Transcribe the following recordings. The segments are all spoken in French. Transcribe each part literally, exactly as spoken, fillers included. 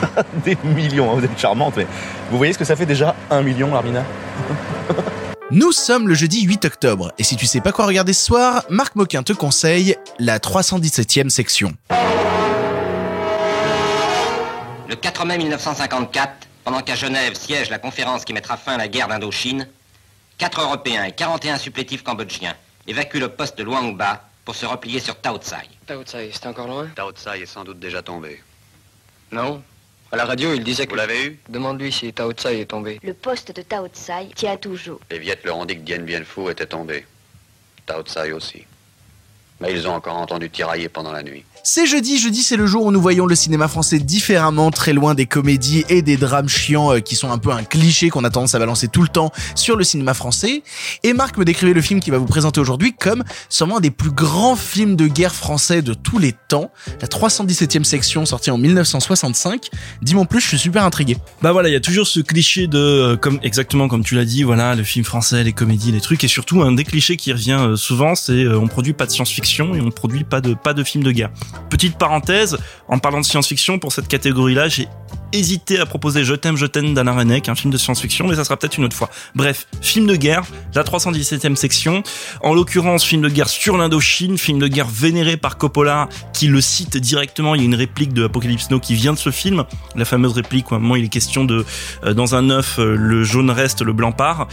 Des millions, vous êtes charmante, mais vous voyez ce que ça fait déjà un million, Larmina? Nous sommes le jeudi huit octobre, et si tu sais pas quoi regarder ce soir, Marc Moquin te conseille la trois cent dix-septième section. Le quatre mai mille neuf cent cinquante-quatre, pendant qu'à Genève siège la conférence qui mettra fin à la guerre d'Indochine, quatre Européens et quarante et un supplétifs cambodgiens évacuent le poste de Luang Ba pour se replier sur Tao Tsai. Tao Tsai, c'est encore loin? Tao Tsai est sans doute déjà tombé. Non. À la radio, il disait que... Vous l'avez eu? Demande-lui si Tao Tsai est tombé. Le poste de Tao Tsai tient toujours. Les Viettes leur ont dit que Dien Bien Phu était tombé. Tao Tsai aussi. Mais ils ont encore entendu tirailler pendant la nuit. C'est jeudi, jeudi c'est le jour où nous voyons le cinéma français différemment, très loin des comédies et des drames chiants euh, qui sont un peu un cliché qu'on a tendance à balancer tout le temps sur le cinéma français. Et Marc me décrivait le film qu'il va vous présenter aujourd'hui comme sûrement un des plus grands films de guerre français de tous les temps, la trois cent dix-septième section sortie en mille neuf cent soixante-cinq. Dis-moi en plus, je suis super intrigué. Bah voilà, il y a toujours ce cliché de, euh, comme exactement comme tu l'as dit, voilà, le film français, les comédies, les trucs, et surtout un des clichés qui revient euh, souvent, c'est euh, on produit pas de science-fiction et on produit pas de pas de films de guerre. Petite parenthèse, en parlant de science-fiction, pour cette catégorie-là, j'ai hésité à proposer Je t'aime, je t'aime d'Alain Resnais, un film de science-fiction, mais ça sera peut-être une autre fois. Bref, film de guerre, la trois cent dix-septième section, en l'occurrence film de guerre sur l'Indochine, film de guerre vénéré par Coppola, qui le cite directement. Il y a une réplique de Apocalypse Now qui vient de ce film, la fameuse réplique où à un moment il est question de euh, dans un œuf, euh, le jaune reste, le blanc part,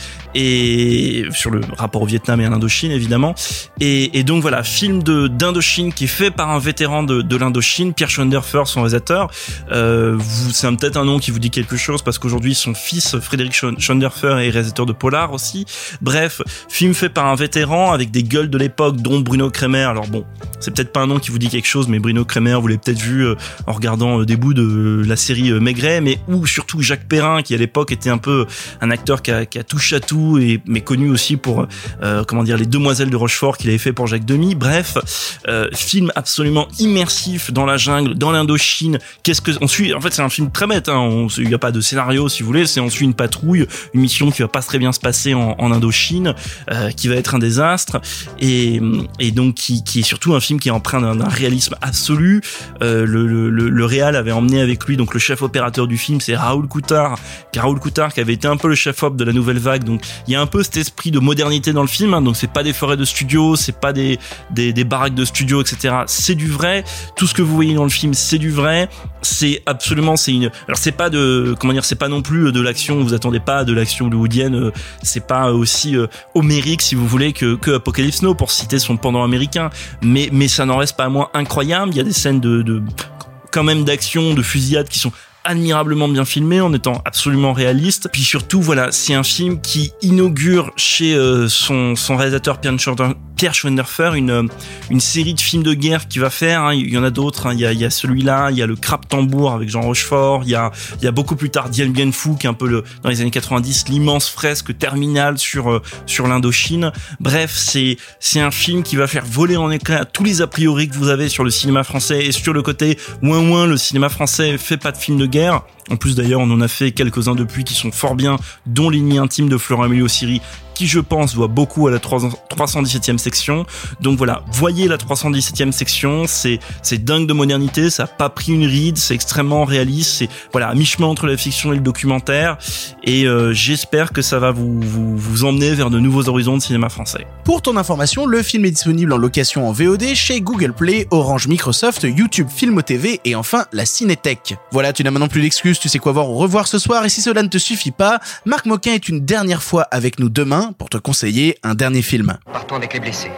et sur le rapport au Vietnam et à l'Indochine évidemment. Et, et donc voilà, film de d'Indochine qui est fait par un vétéran de, de l'Indochine, Pierre Schoenderfer, son réalisateur. Euh, vous, c'est peut-être un nom qui vous dit quelque chose parce qu'aujourd'hui son fils Frédéric Schoenderfer est réalisateur de polar aussi. Bref, film fait par un vétéran avec des gueules de l'époque, dont Bruno Kremer. Alors bon, c'est peut-être pas un nom qui vous dit quelque chose, mais Bruno Kremer, vous l'avez peut-être vu euh, en regardant euh, des bouts de la série euh, Maigret, mais ou surtout Jacques Perrin, qui à l'époque était un peu un acteur qui a, qui a touché à tout, et mais connu aussi pour euh, comment dire les Demoiselles de Rochefort qu'il avait fait pour Jacques Demy. Bref, euh, film absolument immersif dans la jungle, dans l'Indochine. Qu'est-ce que on suit? En fait, c'est un film très bête. Hein. Il n'y a pas de scénario, si vous voulez. C'est on suit une patrouille, une mission qui va pas très bien se passer en, en Indochine, euh, qui va être un désastre, et, et donc qui, qui est surtout un film qui est empreint d'un, d'un réalisme absolu. Euh, le, le, le, le réal avait emmené avec lui donc le chef opérateur du film, c'est Raoul Coutard, qui Raoul Coutard qui avait été un peu le chef op de la nouvelle vague. Donc il y a un peu cet esprit de modernité dans le film. Hein. Donc c'est pas des forêts de studio, c'est pas des, des des baraques de studio, et cetera. C'est du vrai. Tout ce que vous voyez dans le film, c'est du vrai. C'est absolument, c'est une. Alors c'est pas de, comment dire, c'est pas non plus de l'action. Vous attendez pas de l'action hollywoodienne. C'est pas aussi euh, homérique, si vous voulez, que que Apocalypse Now, pour citer son pendant américain. Mais mais ça n'en reste pas moins incroyable. Il y a des scènes de de quand même d'action, de fusillade qui sont admirablement bien filmé en étant absolument réaliste. Puis surtout, voilà, c'est un film qui inaugure chez euh, son son réalisateur Pierre Schoenderfer une une série de films de guerre qu'il va faire. Hein. Il y en a d'autres. Hein. Il y a il y a celui-là, il y a le Crabe Tambour avec Jean Rochefort. Il y a il y a beaucoup plus tard Dien Bien Phu, qui est un peu le dans les années quatre-vingt-dix l'immense fresque terminale sur euh, sur l'Indochine. Bref, c'est c'est un film qui va faire voler en éclats tous les a priori que vous avez sur le cinéma français et sur le côté ouin ouin le cinéma français fait pas de films de guerre. En plus d'ailleurs, on en a fait quelques-uns depuis qui sont fort bien, dont L'Ennemi intime de Florent Emilio Siri, qui je pense doit beaucoup à la trois cent dix-septième section. Donc voilà, voyez la trois cent dix-septième section, c'est c'est dingue de modernité, ça a pas pris une ride, c'est extrêmement réaliste, c'est voilà à mi-chemin entre la fiction et le documentaire, et euh, j'espère que ça va vous, vous vous emmener vers de nouveaux horizons de cinéma français. Pour ton information, le film est disponible en location en V O D chez Google Play, Orange, Microsoft, YouTube, Filmo T V et enfin la Cinétech. Voilà, tu n'as maintenant plus d'excuses, tu sais quoi voir ou revoir ce soir, et si cela ne te suffit pas, Marc Moquin est une dernière fois avec nous demain pour te conseiller un dernier film. Partons avec les blessés.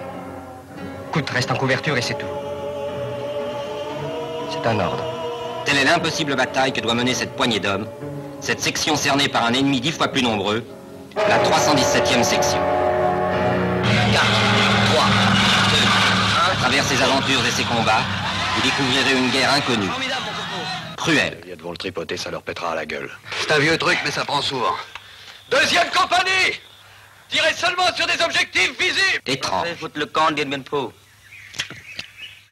Coute reste en couverture et c'est tout. C'est un ordre. Telle est l'impossible bataille que doit mener cette poignée d'hommes, cette section cernée par un ennemi dix fois plus nombreux, la trois cent dix-septième section. quatre, trois, deux, un. À travers ses aventures et ses combats, vous découvrirez une guerre inconnue, cruelle. Il y a devant le tripoter, ça leur pètera à la gueule. C'est un vieux truc, mais ça prend souvent. Deuxième compagnie! Tirez seulement sur des objectifs visibles! Étrange. Foutre le camp de Dien Bien Phu.